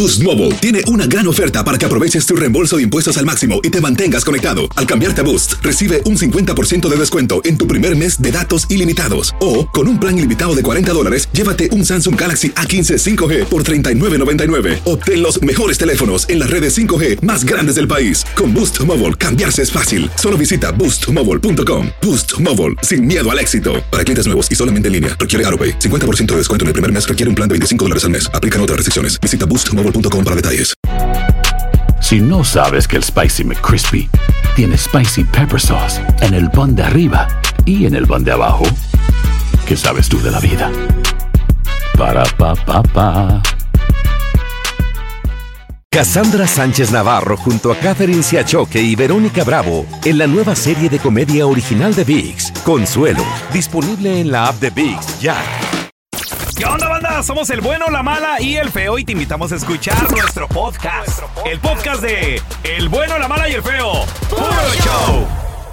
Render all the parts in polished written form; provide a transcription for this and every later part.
Boost Mobile tiene una gran oferta para que aproveches tu reembolso de impuestos al máximo y te mantengas conectado. Al cambiarte a Boost, recibe un 50% de descuento en tu primer mes de datos ilimitados. O, con un plan ilimitado de $40, llévate un Samsung Galaxy A15 5G por $39.99. Obtén los mejores teléfonos en las redes 5G más grandes del país. Con Boost Mobile, cambiarse es fácil. Solo visita boostmobile.com. Boost Mobile, sin miedo al éxito. Para clientes nuevos y solamente en línea, requiere AroPay. 50% de descuento en el primer mes requiere un plan de $25 al mes. Aplican otras restricciones. Visita boostmobile.com para detalles. Si no sabes que el Spicy McCrispy tiene Spicy Pepper Sauce en el pan de arriba y en el pan de abajo, ¿qué sabes tú de la vida? Para, pa, pa, pa. Cassandra Sánchez Navarro junto a Catherine Siachoque y Verónica Bravo en la nueva serie de comedia original de ViX, Consuelo, disponible en la app de ViX ya. ¿Qué onda, banda? Somos el bueno, la mala y el feo y te invitamos a escuchar nuestro podcast. El podcast de El bueno, la mala y el feo. ¡Puro show!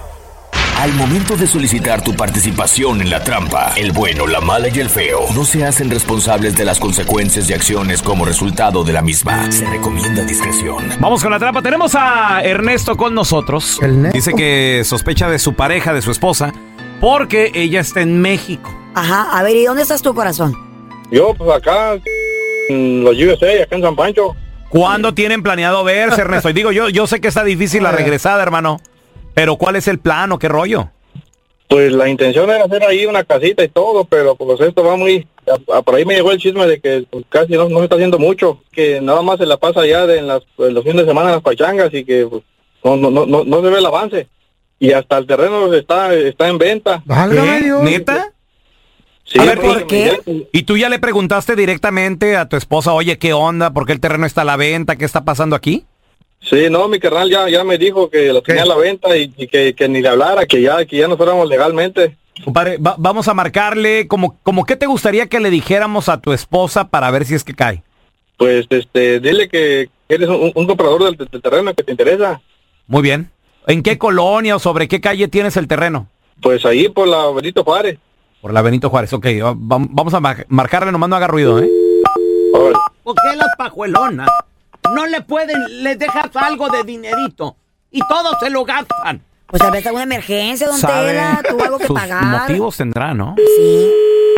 Al momento de solicitar tu participación en la trampa, el bueno, la mala y el feo no se hacen responsables de las consecuencias y acciones como resultado de la misma. Se recomienda discreción. Vamos con la trampa. Tenemos a Ernesto con nosotros. Dice que sospecha de su pareja, de su esposa, porque ella está en México. Ajá, a ver, ¿y dónde estás tu corazón? Yo, pues acá, en los USA, acá en San Pancho. ¿Cuándo tienen planeado verse, Ernesto? Y digo, yo sé que está difícil la regresada, hermano, pero ¿cuál es el plan o qué rollo? Pues la intención era hacer ahí una casita y todo, pero pues esto va muy... Por ahí me llegó el chisme de que pues, casi no se está haciendo mucho, que nada más se la pasa ya en los fines de semana en las pachangas y que pues, no se ve el avance. Y hasta el terreno está en venta. ¿Neta? Sí, a ver, ¿por qué? ¿Y tú ya le preguntaste directamente a tu esposa, oye, qué onda? ¿Por qué el terreno está a la venta? ¿Qué está pasando aquí? Sí, no, mi carnal ya me dijo que lo tenía a la venta y que ni le hablara, que ya nos fuéramos legalmente. Compadre, vamos a marcarle, como ¿qué te gustaría que le dijéramos a tu esposa para ver si es que cae? Pues, dile que eres un comprador del terreno que te interesa. Muy bien. ¿En qué colonia o sobre qué calle tienes el terreno? Pues ahí por la Benito Juárez. Por la Benito Juárez, ok. Vamos a marcarle, nomás no haga ruido, ¿eh? ¿Por qué las pajuelonas no les dejas algo de dinerito y todos se lo gastan? Pues tal vez alguna emergencia, don Tela, tuvo algo que sus pagar. motivos tendrá, ¿no? Sí.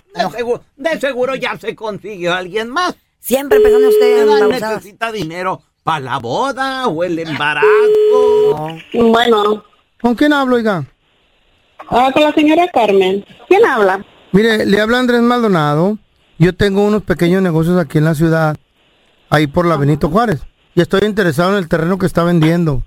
De seguro ya se consiguió alguien más. Siempre pensando usted en necesita dinero para la boda o el embarazo. Bueno. ¿Con quién hablo, oiga? Con la señora Carmen. ¿Quién habla? Mire, le habla Andrés Maldonado. Yo tengo unos pequeños negocios aquí en la ciudad, ahí por la Benito Juárez. Y estoy interesado en el terreno que está vendiendo.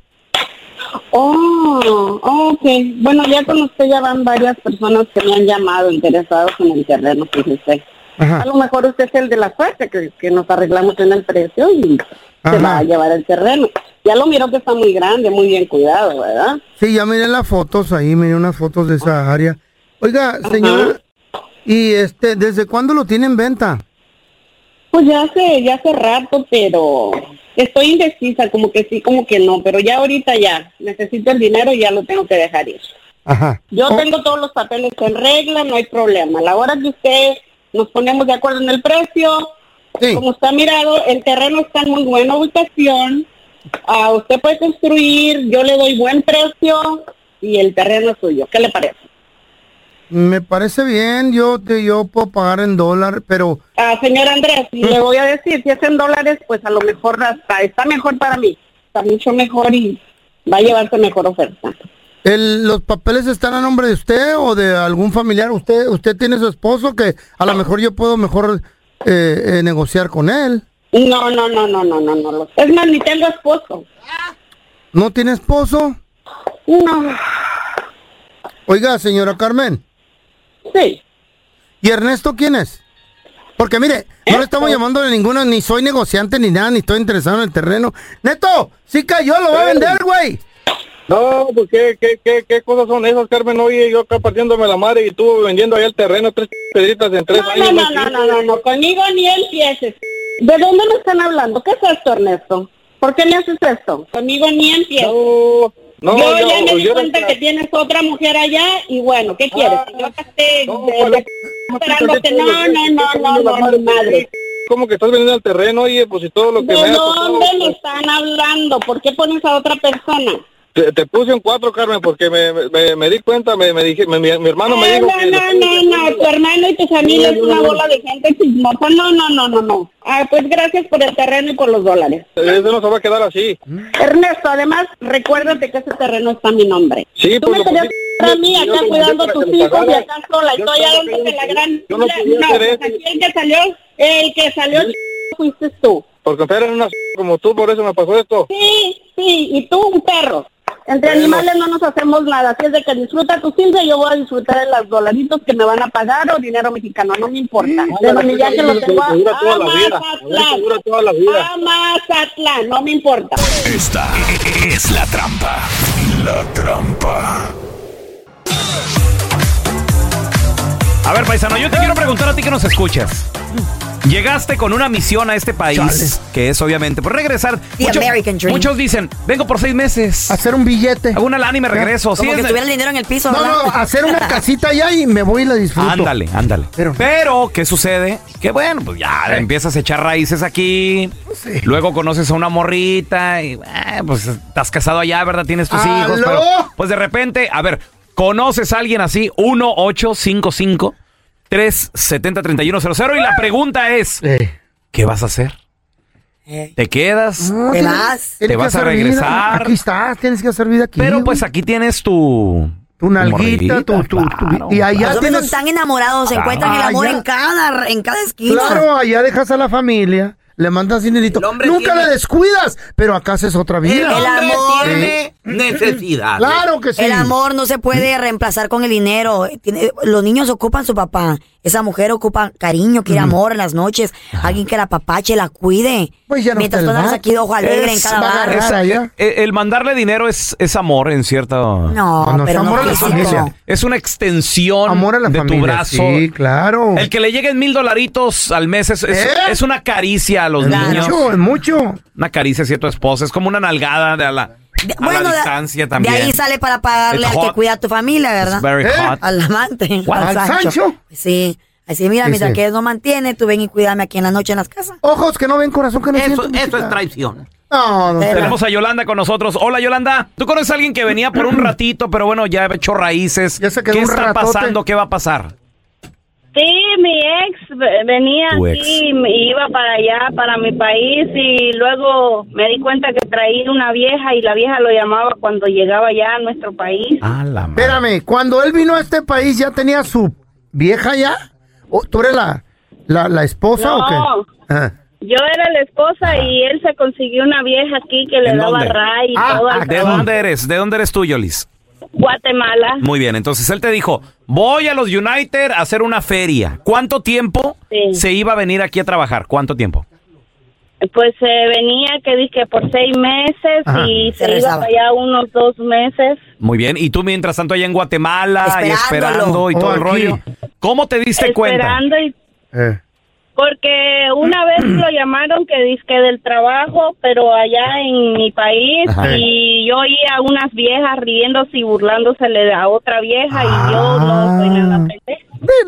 Ok. Bueno, ya con usted ya van varias personas que me han llamado interesados en el terreno, fíjese. Ajá. A lo mejor usted es el de la suerte, que nos arreglamos en el precio y se va a llevar el terreno. Ya lo miro que está muy grande, muy bien cuidado, ¿verdad? Sí, ya miré las fotos ahí, miré unas fotos de esa área. Oiga, señora, ¿y desde cuándo lo tiene en venta? Pues ya hace rato, pero estoy indecisa, como que sí, como que no, pero ya ahorita ya necesito el dinero y ya lo tengo que dejar ir. Ajá. Yo tengo todos los papeles en regla, no hay problema. A la hora que usted nos ponemos de acuerdo en el precio, como está mirado, el terreno está en muy buena ubicación. Usted puede construir, yo le doy buen precio y el terreno es suyo. ¿Qué le parece? Me parece bien, yo puedo pagar en dólar, pero... Señor Andrés, le voy a decir, si es en dólares, pues a lo mejor está mejor para mí, está mucho mejor y va a llevarse mejor oferta. ¿Los papeles están a nombre de usted o de algún familiar? ¿Usted tiene su esposo que a lo mejor yo puedo mejor negociar con él? No. Es más, ni tengo esposo. ¿No tiene esposo? No. Oiga, señora Carmen. Sí. ¿Y Ernesto quién es? Porque mire, no le estamos llamando de ninguna, ni soy negociante ni nada, ni estoy interesado en el terreno. Neto, sí cayó, lo va a vender, güey. No, pues ¿qué cosas son esas, Carmen? Oye, yo acá partiéndome la madre y tú vendiendo allá el terreno, 3 pedritas en 3 años. No, conmigo ni empieces. ¿De dónde me están hablando? ¿Qué es esto, Ernesto? ¿Por qué me haces esto? Conmigo ni empieces. No, yo ya me di cuenta que tienes otra mujer allá y bueno, ¿qué quieres? Yo esté esperándote. No, madre. ¿Cómo que estás vendiendo el terreno? Oye, pues y todo lo que ¿De me ha dónde costado, le están hablando? ¿Por qué pones a otra persona? Te puse un 4, Carmen, porque me di cuenta, me dije, mi hermano me dijo que... No, tu hermano y tu familia es una bola de gente chismosa. No. Ah, pues gracias por el terreno y por los dólares. Eso no se va a quedar así. Ernesto, además, recuérdate que ese terreno está a mi nombre. Sí, tú me querías a mí acá cuidando a tus hijos y acá sola. Estoy dándote la gran... Yo no podía hacer eso. Aquí el que salió fuiste tú. Porque eran unas como tú, por eso me pasó esto. Sí, y tú un perro. Entre animales no nos hacemos nada, así es de que disfruta tu 15, yo voy a disfrutar de los dolaritos que me van a pagar o dinero mexicano, no me importa. De donde ya que lo tengo a Mazatlán, no me importa. Esta es la trampa. La trampa. A ver, paisano, yo te quiero preguntar a ti que nos escuchas. Llegaste con una misión a este país, que es obviamente por regresar. Muchos dicen, vengo por 6 meses. Hacer un billete. Hago una lana y me regreso. Como sí, que tuviera el dinero en el piso. No, hacer una casita allá y me voy y la disfruto. Ándale. Pero, ¿qué sucede? Que bueno, pues ya empiezas a echar raíces aquí. Sí. Luego conoces a una morrita y pues estás casado allá, ¿verdad? Tienes tus hijos. Pero pues de repente, a ver, ¿conoces a alguien así? 1-855-370-3100 y la pregunta es, ¿qué vas a hacer? ¿Te quedas? ¿Te vas? ¿Te vas a regresar? Aquí estás, tienes que hacer vida aquí. Pero pues aquí tienes tu nalguita, claro, y allá los hombres son tan enamorados, se encuentran el amor en cada esquina. Claro, allá dejas a la familia, le mandas dinerito. Nunca le descuidas, pero acá haces otra vida. El amor tiene necesidad. Claro que sí. El amor no se puede reemplazar con el dinero. Los niños ocupan su papá. Esa mujer ocupa cariño, quiere amor en las noches. Alguien que la apapache, la cuide. Pues ya no. Mientras tú andas aquí de ojo alegre en cada bar. El mandarle dinero es amor en cierta... No, pero amor a la familia. Es una extensión amor a la de familia. Tu brazo. Sí, claro. El que le lleguen $1,000 al mes es una caricia a los niños. Es mucho. Una caricia hacia tu esposa. Es como una nalgada a la distancia también. De ahí sale para pagarle al que cuida a tu familia, ¿verdad? Very hot. Al amante. ¿Al Sancho? Sí. Así, mira, mientras que él no mantiene, tú ven y cuídame aquí en la noche en las casas. Ojos que no ven, corazón que no sienten. Eso es traición. No. Tenemos a Yolanda con nosotros. Hola, Yolanda. ¿Tú conoces a alguien que venía por un ratito, pero bueno, ya ha hecho raíces? Ya se quedó ¿Qué un está ratote pasando? ¿Qué va a pasar? Sí, mi ex venía aquí, iba para allá, para mi país, y luego me di cuenta que traía una vieja y la vieja lo llamaba cuando llegaba ya a nuestro país. Espérame, cuando él vino a este país, ¿ya tenía su vieja ya? ¿Tú eres la esposa o qué? Yo era la esposa y él se consiguió una vieja aquí que le daba ray y todo. ¿De dónde eres? ¿De dónde eres tú, Yolis? Guatemala. Muy bien, entonces él te dijo, voy a los United a hacer una feria. ¿Cuánto tiempo se iba a venir aquí a trabajar? ¿Cuánto tiempo? Pues venía que dije por 6 meses. Ajá. Y se iba para allá unos 2 meses. Muy bien, y tú mientras tanto allá en Guatemala y esperando y todo el rollo. ¿Cómo te diste cuenta? Porque una vez lo llamaron que dizque del trabajo, pero allá en mi país, y yo oía a unas viejas riéndose y burlándosele a otra vieja, y yo no soy nada pendeja.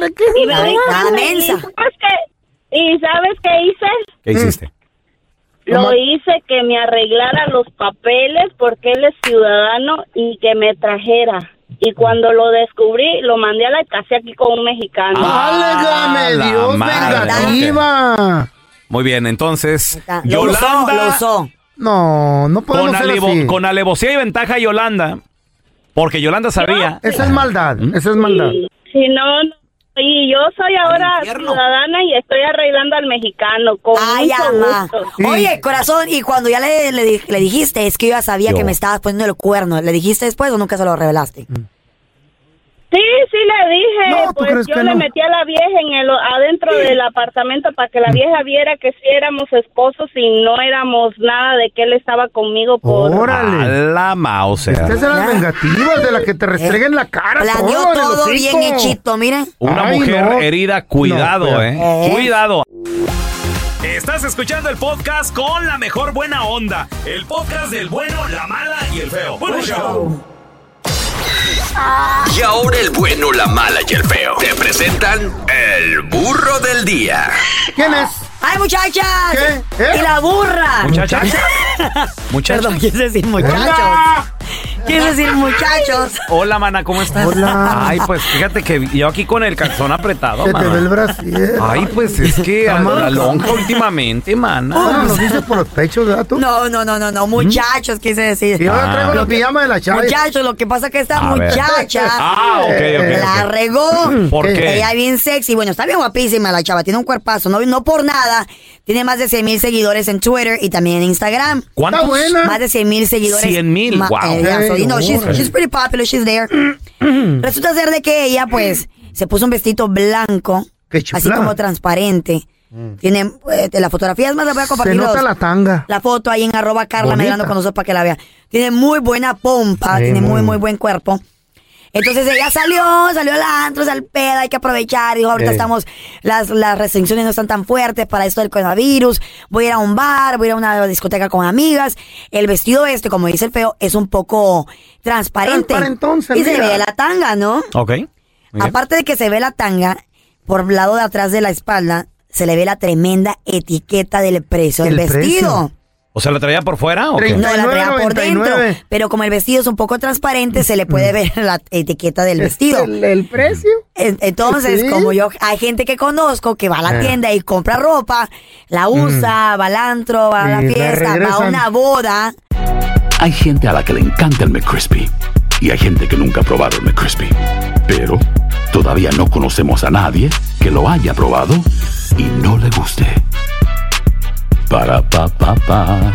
¿Y sabes qué hice? ¿Qué hiciste? Lo hice que me arreglara los papeles porque él es ciudadano y que me trajera. Y cuando lo descubrí, lo mandé a la casa aquí con un mexicano. ¡Válgame Dios, vengativa! Muy bien, entonces, Yolanda... Lo usó. No podemos ser así. Con alevosía y ventaja Yolanda, porque Yolanda sabía... Esa es maldad, Sí, no... Y yo soy ahora ciudadana y estoy arreglando al mexicano con mucho gusto. Sí. Oye, corazón, y cuando ya le dijiste, es que yo ya sabía que me estabas poniendo el cuerno, ¿le dijiste después o nunca se lo revelaste? Sí, le dije, pues yo le metí a la vieja adentro del apartamento para que la vieja viera que sí éramos esposos y no éramos nada de que él estaba conmigo por... ¡Órale! La Mauser. Estas son las vengativas de las que te restreguen la cara. Planeó todo bien hechito, mira. Una mujer herida, cuidado, Cuidado. Estás escuchando el podcast con la mejor buena onda. El podcast del bueno, la mala y el feo. ¡Buen show! Y ahora el bueno, la mala y el feo te presentan el burro del día. ¿Quién es? ¡Ay, muchachas! ¿Qué? ¡Y la burra! ¿Muchachas? Perdón, quise decir muchachos. Quise decir muchachos. Hola, mana, ¿cómo estás? Hola. Ay, pues fíjate que yo aquí con el calzón apretado, Se te mana. ve el brasier. Ay, pues es que a la lonja últimamente, mana. Bueno, nos dices por los pechos, ¿verdad tú? No, muchachos, quise decir. Y ahora traigo la pijama de la chava. Muchachos, lo que pasa es que esta A ver. muchacha ok. la regó. ¿Por qué? Ella bien sexy, bueno, está bien guapísima la chava, tiene un cuerpazo, no por nada, tiene más de 100,000 seguidores en Twitter y también en Instagram. ¿Cuántos? Está buena. Más de 100,000 seguidores. 100,000, wow. So, you know, she's pretty popular, she's there. Resulta ser de que ella, pues, se puso un vestido blanco, Qué así chulada. como transparente. Tiene, la fotografía, es más, la voy a Se compartir. nota la tanga. La foto ahí en @Carla Bonita. Medrano con nosotros para que la vea. Tiene muy buena pompa, Sí, tiene muy muy. buen cuerpo. Entonces ella salió al antro, al pedo, hay que aprovechar. Dijo, ahorita estamos, las restricciones no están tan fuertes para esto del coronavirus. Voy a ir a un bar, voy a ir a una discoteca con amigas. El vestido como dice el feo, es un poco transparente. Transparentón, y se mira. ve la tanga, ¿no? Ok. Muy bien. Aparte de que se ve la tanga, por el lado de atrás de la espalda, se le ve la tremenda etiqueta del precio del ¿El vestido. precio? O sea, ¿la traía por fuera o qué? No, la traía por 39.99. dentro. Pero como el vestido es un poco transparente, se le puede ver la etiqueta del vestido. ¿El precio? Entonces, Sí. como yo, hay gente que conozco que va a la tienda y compra ropa, la usa, va al antro, va a la Y la fiesta, va a regresan. una boda. Hay gente a la que le encanta el McCrispy y hay gente que nunca ha probado el McCrispy. Pero todavía no conocemos a nadie que lo haya probado y no le guste. Para pa pa pa.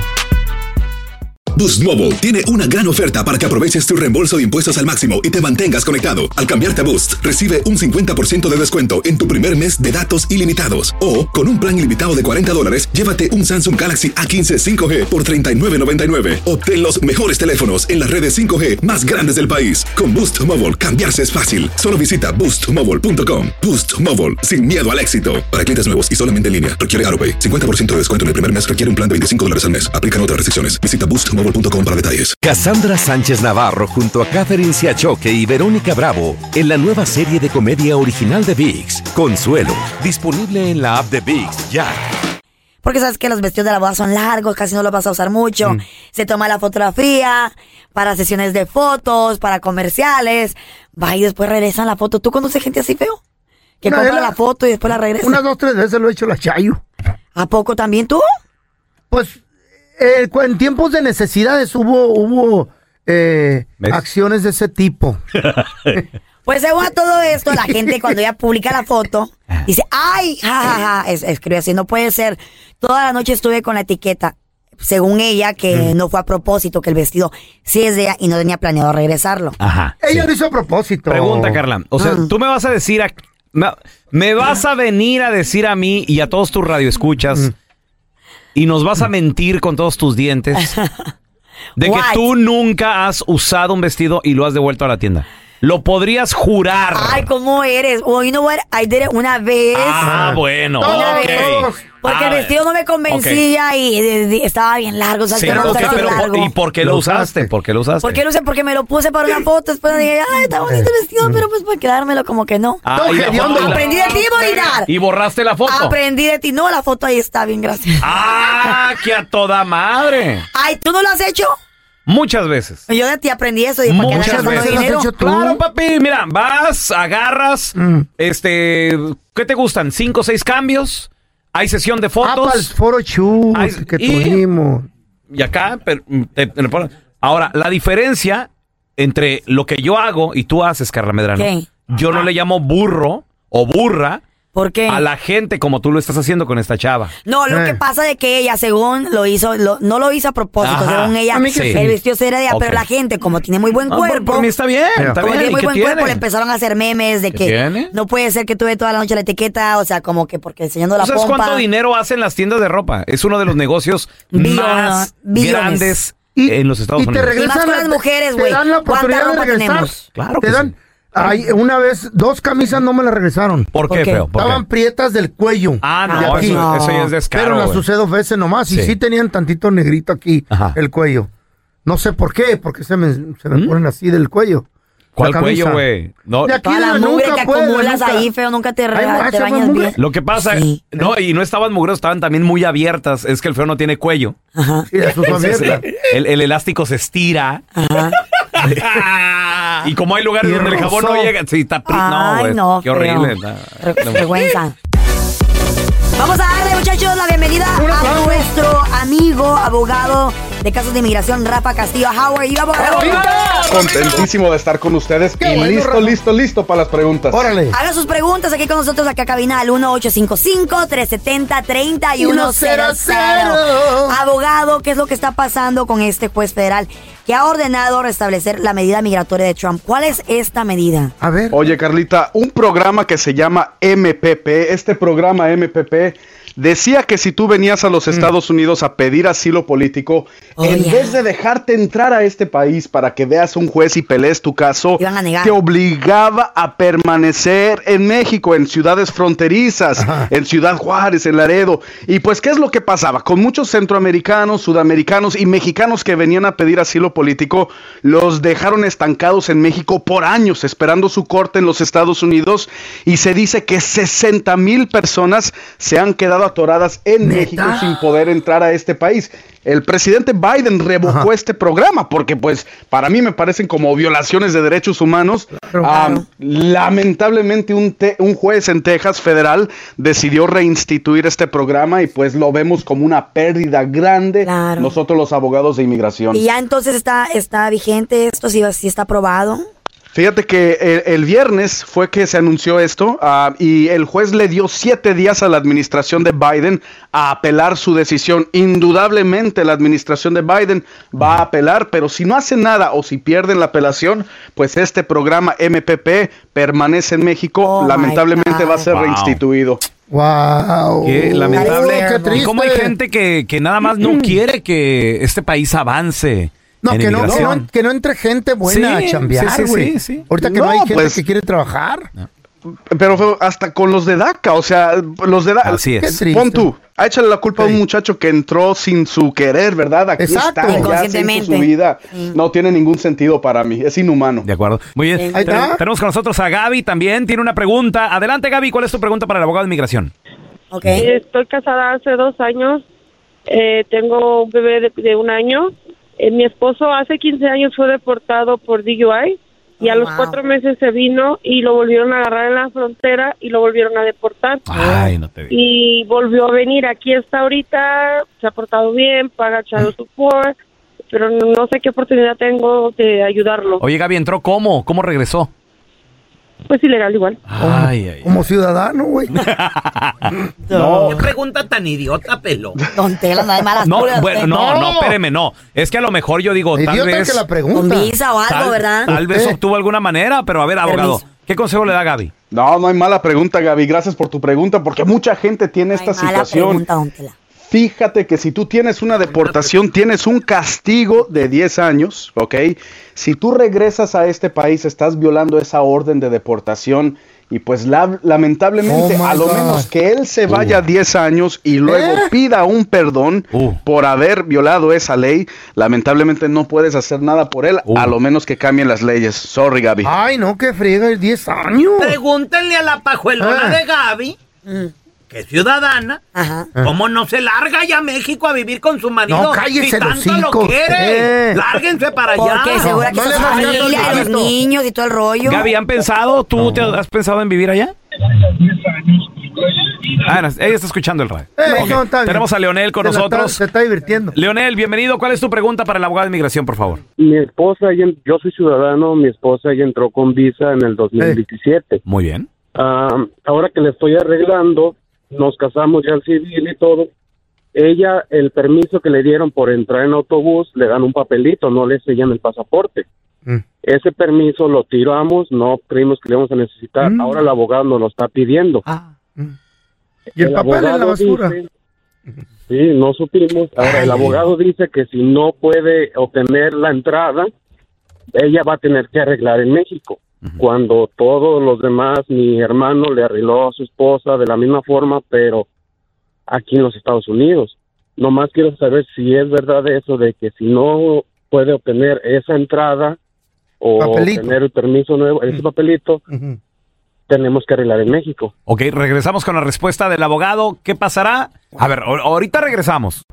Boost Mobile tiene una gran oferta para que aproveches tu reembolso de impuestos al máximo y te mantengas conectado. Al cambiarte a Boost, recibe un 50% de descuento en tu primer mes de datos ilimitados. O, con un plan ilimitado de $40, llévate un Samsung Galaxy A15 5G por $39.99. Obtén los mejores teléfonos en las redes 5G más grandes del país. Con Boost Mobile, cambiarse es fácil. Solo visita boostmobile.com. Boost Mobile, sin miedo al éxito. Para clientes nuevos y solamente en línea, requiere AroPay. 50% de descuento en el primer mes requiere un plan de $25 al mes. Aplican otras restricciones. Visita boostmobile.com para detalles. Cassandra Sánchez Navarro junto a Catherine Siachoque y Verónica Bravo en la nueva serie de comedia original de ViX, Consuelo, disponible en la app de ViX ya. Porque sabes que los vestidos de la boda son largos, casi no los vas a usar mucho. Se toma la fotografía para sesiones de fotos, para comerciales. Va y después regresan la foto. ¿Tú conoces gente así, feo? Que Una compra vez la foto y después la regresa. Unas 2, 3 veces lo he hecho la Chayo. ¿A poco también tú? Pues en tiempos de necesidades hubo acciones de ese tipo. Pues según a todo esto, la gente cuando ella publica la foto, dice, ¡ay! Ja, escribe así, no puede ser. Toda la noche estuve con la etiqueta. Según ella, que no fue a propósito, que el vestido sí es de ella y no tenía planeado regresarlo. Ajá. Ella lo hizo a propósito. Pregunta, Carla. O sea, tú me vas a decir, me vas a venir a decir a mí y a todos tus radioescuchas y nos vas a mentir con todos tus dientes de que What? tú nunca has usado un vestido y lo has devuelto a la tienda. Lo podrías jurar. Ay, ¿cómo eres? Well, you know what? I did it una vez. Bueno. Una ok. vez. Porque el vestido no me convencía y estaba bien largo. ¿Sabes? Sí, que no me ok, gusta pero largo. ¿y por qué lo usaste? ¿Por qué lo usaste? ¿Por qué lo usé? Porque me lo puse para una foto. Después dije, ay, está bonito el vestido, pero pues para quedármelo como que no. Y la foto- Aprendí de ti, Molinar. ¿Y borraste la foto? Aprendí de ti. No, la foto ahí está bien, gracias. ¡Que a toda madre! Ay, ¿tú no lo has hecho? Muchas veces. Yo de ti aprendí eso. Y ¿para qué Muchas andas gastando veces. dinero? Claro, papi. Mira, vas, agarras, ¿qué te gustan? 5 o 6 cambios. Hay sesión de fotos. Para el foro shoot que tuvimos. Y acá, ahora, la diferencia entre lo que yo hago y tú haces, Carla Medrano. ¿Qué? Yo no le llamo burro o burra ¿Por qué? a la gente como tú lo estás haciendo con esta chava. No, lo que pasa es que ella, según lo hizo, no lo hizo a propósito, Ajá. según ella, A mí que sí. el vestido se era de ella, Ok. pero la gente, como tiene muy buen cuerpo, por mí está bien, está como bien. tiene ¿Y muy qué buen tiene? cuerpo, le empezaron a hacer memes de ¿Qué que tiene? no puede ser que tuve toda la noche la etiqueta, o sea, como que porque enseñando la ¿Tú sabes pompa. cuánto dinero hacen las tiendas de ropa? Es uno de los negocios más Billones. grandes en los Estados Unidos. Y más con las mujeres, güey. Te dan la oportunidad ¿Cuánta de ropa regresar. tenemos? Claro que Te dan. Una vez, 2 camisas no me las regresaron. ¿Por qué, feo? ¿Por qué? Estaban prietas del cuello. No, de aquí. eso ya es descaro, Pero las güey. usé 2 veces nomás. Y Sí. sí tenían tantito negrito aquí, el cuello. No sé por qué, porque se me ponen así del cuello. ¿Cuál cuello, güey? No. De aquí Toda de la la mugre nuca, que pues, acumulas la nuca. ahí, feo, nunca te, Ay, te guacha, bañas mugre. bien. Lo que pasa, Sí. no, y no estaban mugrosos, estaban también muy abiertas. Es que el feo no tiene cuello. Ajá. Sí, de sus Entonces, abiertas. el elástico se estira. Ajá. Y como hay lugares Y donde el jabón no rozó. llega. Sí, está no, Ay, güey. no, Qué horrible. Vergüenza. Vamos a darle, muchachos, la bienvenida a nuestro amigo, abogado de casos de inmigración, Rafa Castillo. How are you, abogado? Contentísimo de estar con ustedes Qué y bueno, listo, Rafa. listo para las preguntas. Órale. Haga sus preguntas aquí con nosotros, acá cabina al 1-855-370-3100. Abogado, ¿qué es lo que está pasando con este juez federal que ha ordenado restablecer la medida migratoria de Trump? ¿Cuál es esta medida? A ver. Oye, Carlita, un programa que se llama MPP, este programa MPP decía que si tú venías a los Estados Unidos a pedir asilo político, en vez de dejarte entrar a este país para que veas un juez y pelees tu caso, Iban a negar. te obligaba a permanecer en México, en ciudades fronterizas, en Ciudad Juárez, en Laredo. Y pues, ¿qué es lo que pasaba? Con muchos centroamericanos, sudamericanos y mexicanos que venían a pedir asilo político, los dejaron estancados en México por años, esperando su corte en los Estados Unidos, y se dice que 60,000 personas se han quedado atoradas en México sin poder entrar a este país. El presidente Biden revocó este programa porque, pues, para mí me parecen como violaciones de derechos humanos. Lamentablemente un juez en Texas federal decidió reinstituir este programa y pues lo vemos como una pérdida grande nosotros los abogados de inmigración. Y ya entonces está vigente esto, si está aprobado. Fíjate que el viernes fue que se anunció esto y el juez le dio 7 días a la administración de Biden a apelar su decisión. Indudablemente la administración de Biden va a apelar, pero si no hace nada o si pierden la apelación, pues este programa MPP permanece en México. Lamentablemente va a ser reinstituido. Wow. Qué lamentable. Qué triste. Y cómo hay gente que nada más no quiere que este país avance. No, en que no, inmigración. que no entre gente buena Sí, a chambear, sí, sí, güey. sí. Ahorita que no hay gente que quiere trabajar. Pero hasta con los de DACA, o sea, los de DACA. Así es. Qué triste. Pon tú, échale la culpa a un muchacho que entró sin su querer, ¿verdad? Aquí Exacto. está, ya se Inconscientemente. hizo su vida. No tiene ningún sentido para mí, es inhumano. De acuerdo. Muy bien. Ahí está. Tenemos con nosotros a Gaby también. Tiene una pregunta. Adelante, Gaby. ¿Cuál es tu pregunta para el abogado de inmigración? Okay. Estoy casada hace 2 años. Tengo un bebé de 1 año. Mi esposo hace 15 años fue deportado por DUI y a los 4 meses se vino y lo volvieron a agarrar en la frontera y lo volvieron a deportar. Ay, no te digo. Y volvió a venir. Aquí está ahorita, se ha portado bien, paga child support, pero no sé qué oportunidad tengo de ayudarlo. Oye, Gaby, ¿entró cómo? ¿Cómo regresó? Pues ilegal igual. Como ciudadano, güey. No. ¿Qué pregunta tan idiota, pelo? Tontela, no hay malas No, puras, bueno, usted. no, espéreme, no. Es que a lo mejor yo digo, tal Idiota vez... que la pregunta. Con visa o algo, ¿verdad? Tal vez obtuvo alguna manera, pero a ver, abogado, Permiso. ¿qué consejo le da Gaby? No hay mala pregunta, Gaby. Gracias por tu pregunta, porque mucha gente tiene esta Mala situación. pregunta, don Tela. Fíjate que si tú tienes una deportación, tienes un castigo de 10 años, ¿ok? Si tú regresas a este país, estás violando esa orden de deportación y pues lamentablemente, Oh, my a lo God. menos que él se vaya 10 años y luego pida un perdón por haber violado esa ley, lamentablemente no puedes hacer nada por él, a lo menos que cambien las leyes. Sorry, Gaby. Ay, no, que friega, 10 años. Pregúntenle a la pajuelona de Gaby, que es ciudadana, cómo no se larga ya a México a vivir con su marido. No, cállese si el tanto hocico, lo quiere. Lárguense para allá. Porque segura que no está le su hagas caso familia al y los viejito. niños y todo el rollo. Gaby, ¿han pensado? ¿Tú te has pensado en vivir allá? Ah, no, ella está escuchando el radio. Ok. No, está bien. Tenemos a Leonel con nosotros. Se está divirtiendo. Leonel, bienvenido. ¿Cuál es tu pregunta para el abogado de inmigración, por favor? Mi esposa, yo soy ciudadano, mi esposa ya entró con visa en el 2017. Muy bien. Ahora que le estoy arreglando, nos casamos ya al civil y todo. Ella, el permiso que le dieron por entrar en autobús, le dan un papelito, no le sellan el pasaporte. Ese permiso lo tiramos, no creímos que le íbamos a necesitar. Ahora el abogado nos lo está pidiendo. ¿Y el papel en la abogado basura? dice- sí, no supimos. Ahora el abogado dice que si no puede obtener la entrada, ella va a tener que arreglar en México. Cuando todos los demás, mi hermano le arregló a su esposa de la misma forma, pero aquí en los Estados Unidos. Nomás quiero saber si es verdad eso de que si no puede obtener esa entrada, o Papelito. tener el permiso nuevo, ese papelito, tenemos que arreglar en México. Ok, regresamos con la respuesta del abogado. ¿Qué pasará? A ver, ahorita regresamos.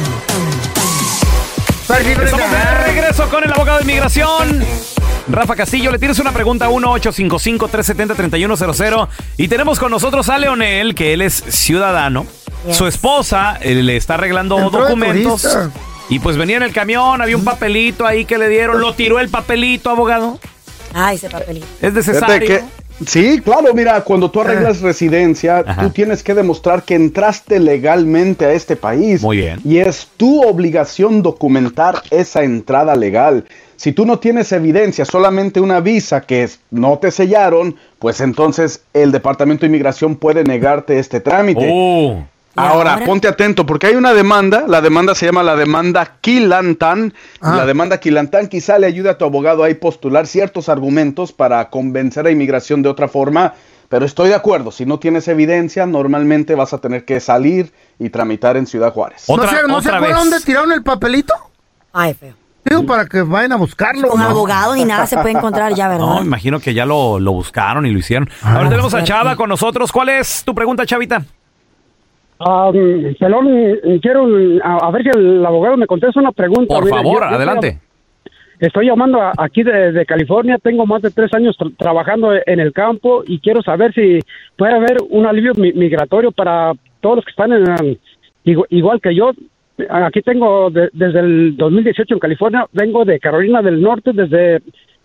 Estamos de regreso con el abogado de inmigración, Rafa Castillo. Le tienes una pregunta, 1-855-370-3100. Y tenemos con nosotros a Leonel, que él es ciudadano. Yes. Su esposa le está arreglando Entró de documentos. turista. Y pues venía en el camión, había un papelito ahí que le dieron. Lo tiró el papelito, abogado. Ay, ese papelito. Es Fíjate necesario. que, sí, claro, mira, cuando tú arreglas residencia, Ajá. tú tienes que demostrar que entraste legalmente a este país. Muy bien. Y es tu obligación documentar esa entrada legal. Si tú no tienes evidencia, solamente una visa que no te sellaron, pues entonces el Departamento de Inmigración puede negarte este trámite. Oh. Ahora, ponte atento, porque hay una demanda, la demanda se llama la demanda Quilantan. La demanda Quilantan quizá le ayude a tu abogado a postular ciertos argumentos para convencer a inmigración de otra forma, pero estoy de acuerdo, si no tienes evidencia, normalmente vas a tener que salir y tramitar en Ciudad Juárez. ¿No se acuerdan dónde tiraron el papelito? Ay, feo. Digo, para que vayan a buscarlo. Con ¿no? abogado ni nada se puede encontrar ya, ¿verdad? No, me imagino que ya lo buscaron y lo hicieron. Ahora tenemos a Chava con nosotros. ¿Cuál es tu pregunta, Chavita? Pelón, quiero a ver si el abogado me contesta una pregunta. Por Mira, favor, yo adelante. Estoy llamando aquí de California, tengo más de 3 años trabajando en el campo y quiero saber si puede haber un alivio migratorio para todos los que están igual que yo. Aquí tengo desde el 2018 en California, vengo de Carolina del Norte, desde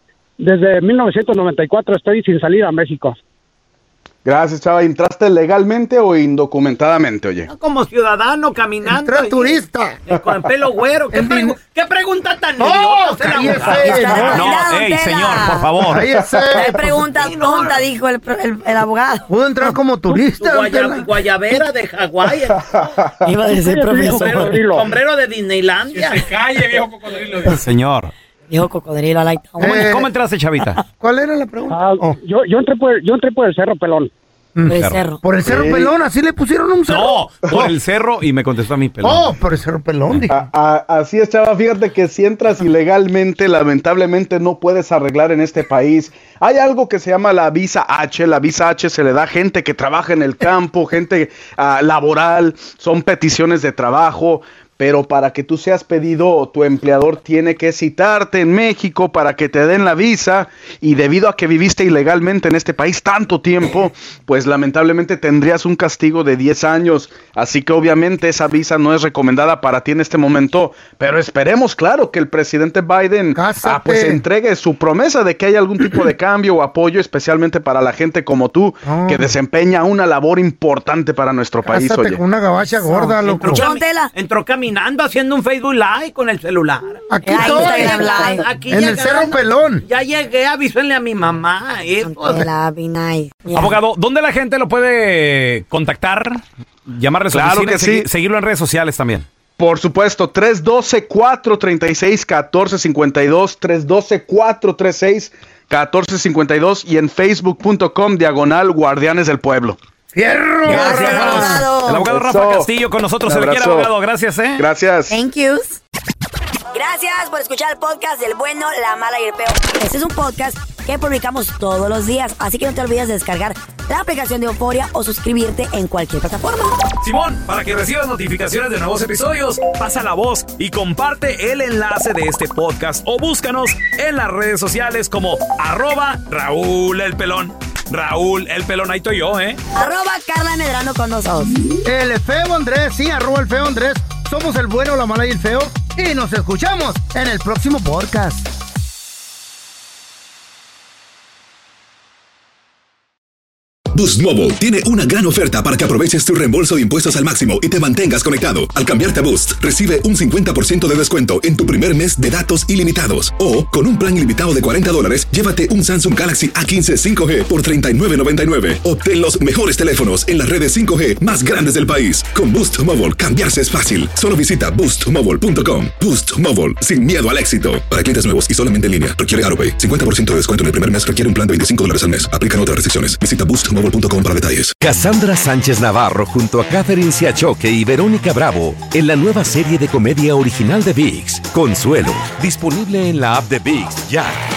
1994 estoy sin salir a México. Gracias, Chava. ¿Entraste legalmente o indocumentadamente, oye? Como ciudadano caminando. Entró turista. Con el pelo güero. ¿Qué pregunta tan No, idiota? se la cállese, abogada? No, ey, señor, por favor. Hay preguntas tontas, dijo el abogado. ¿Puedo entrar como turista? Guayabera de Hawái. Iba a decir profesor. Sombrero de Disneylandia. Que se calle, viejo cocodrilo. Señor. Dijo cocodrilo, like. ¿Cómo entraste, Chavita? ¿Cuál era la pregunta? Yo entré por el Cerro Pelón. Por el cerro. Por el Cerro Pelón, así le pusieron un cerro. No, por el cerro y me contestó a mí, pelón. Oh, por el Cerro Pelón, dije. Así es, Chava. Fíjate que si entras ilegalmente, lamentablemente no puedes arreglar en este país. Hay algo que se llama la visa H. La visa H se le da a gente que trabaja en el campo, gente laboral, son peticiones de trabajo. Pero para que tú seas pedido, tu empleador tiene que citarte en México para que te den la visa, y debido a que viviste ilegalmente en este país tanto tiempo, pues lamentablemente tendrías un castigo de 10 años. Así que obviamente esa visa no es recomendada para ti en este momento, pero esperemos, claro, que el presidente Biden pues entregue su promesa de que hay algún tipo de cambio o apoyo, especialmente para la gente como tú, que desempeña una labor importante para nuestro país. Cásate Oye, con una gabacha gorda, loco. Entró caminando haciendo un Facebook Live con el celular. Aquí estoy, en el Cerro Pelón. Ya llegué, avísenle a mi mamá. Abogado, ¿dónde la gente lo puede contactar? Llamarle a su Claro oficina que y sí. seguirlo en redes sociales también. Por supuesto, 312-436-1452, 312-436-1452 y en facebook.com/Guardianes del Pueblo. ¡Fierro! Gracias, abogado. El abogado Rafa Castillo con nosotros. Se le quiere, abogado. Gracias, Gracias. Thank you. Gracias por escuchar el podcast del bueno, la mala y el peor. Este es un podcast que publicamos todos los días, así que no te olvides de descargar la aplicación de Euforia o suscribirte en cualquier plataforma. Simón, para que recibas notificaciones de nuevos episodios, pasa la voz y comparte el enlace de este podcast o búscanos en las redes sociales como @Raúl el Pelón. Raúl el Pelón, ahí estoy yo, @Carla Medrano con nosotros. El feo Andrés, sí, @el feo Andrés. Somos el bueno, la mala y el feo. Y nos escuchamos en el próximo podcast. Boost Mobile tiene una gran oferta para que aproveches tu reembolso de impuestos al máximo y te mantengas conectado. Al cambiarte a Boost, recibe un 50% de descuento en tu primer mes de datos ilimitados. O, con un plan ilimitado de $40, llévate un Samsung Galaxy A15 5G por $39.99. Obtén los mejores teléfonos en las redes 5G más grandes del país. Con Boost Mobile, cambiarse es fácil. Solo visita boostmobile.com. Boost Mobile, sin miedo al éxito. Para clientes nuevos y solamente en línea, requiere AutoPay. 50% de descuento en el primer mes requiere un plan de $25 al mes. Aplican otras restricciones. Visita boostmobile.com para detalles. Cassandra Sánchez Navarro junto a Catherine Siachoque y Verónica Bravo en la nueva serie de comedia original de ViX, Consuelo, disponible en la app de ViX ya.